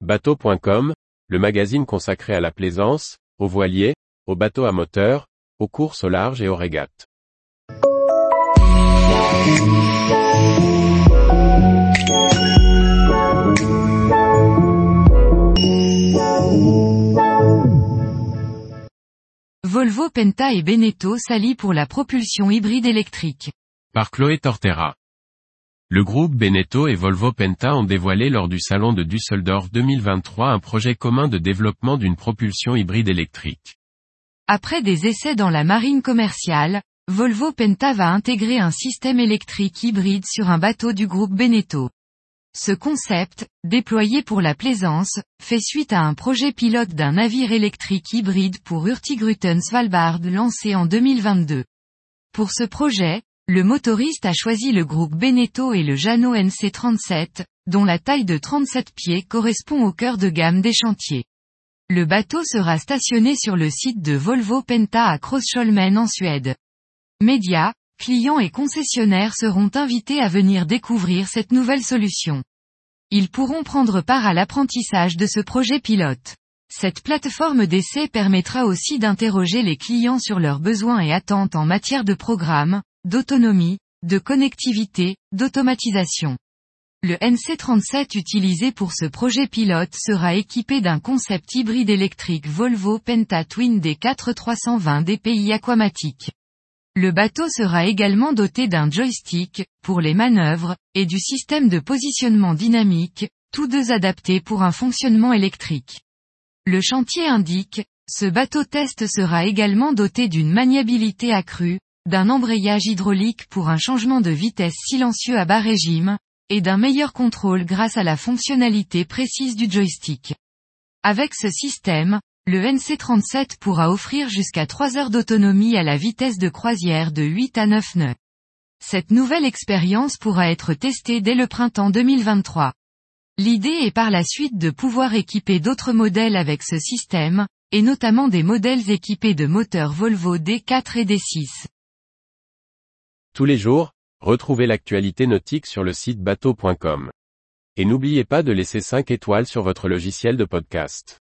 Bateau.com, le magazine consacré à la plaisance, aux voiliers, aux bateaux à moteur, aux courses au large et aux régates. Volvo Penta et Beneteau s'allient pour la propulsion hybride électrique. Par Chloé Tortera. Le groupe Beneteau et Volvo Penta ont dévoilé lors du salon de Düsseldorf 2023 un projet commun de développement d'une propulsion hybride électrique. Après des essais dans la marine commerciale, Volvo Penta va intégrer un système électrique hybride sur un bateau du groupe Beneteau. Ce concept, déployé pour la plaisance, fait suite à un projet pilote d'un navire électrique hybride pour Hurtigruten Svalbard lancé en 2022. Pour ce projet, le motoriste a choisi le groupe Beneteau et le Jeannot NC37, dont la taille de 37 pieds correspond au cœur de gamme des chantiers. Le bateau sera stationné sur le site de Volvo Penta à Krosholmen en Suède. Médias, clients et concessionnaires seront invités à venir découvrir cette nouvelle solution. Ils pourront prendre part à l'apprentissage de ce projet pilote. Cette plateforme d'essai permettra aussi d'interroger les clients sur leurs besoins et attentes en matière de programme, d'autonomie, de connectivité, d'automatisation. Le NC37 utilisé pour ce projet pilote sera équipé d'un concept hybride électrique Volvo Penta Twin D4 320 DPI Aquamatic. Le bateau sera également doté d'un joystick, pour les manœuvres, et du système de positionnement dynamique, tous deux adaptés pour un fonctionnement électrique. Le chantier indique, ce bateau test sera également doté d'une maniabilité accrue, d'un embrayage hydraulique pour un changement de vitesse silencieux à bas régime, et d'un meilleur contrôle grâce à la fonctionnalité précise du joystick. Avec ce système, le NC37 pourra offrir jusqu'à 3 heures d'autonomie à la vitesse de croisière de 8 à 9 nœuds. Cette nouvelle expérience pourra être testée dès le printemps 2023. L'idée est par la suite de pouvoir équiper d'autres modèles avec ce système, et notamment des modèles équipés de moteurs Volvo D4 et D6. Tous les jours, retrouvez l'actualité nautique sur le site bateau.com. Et n'oubliez pas de laisser 5 étoiles sur votre logiciel de podcast.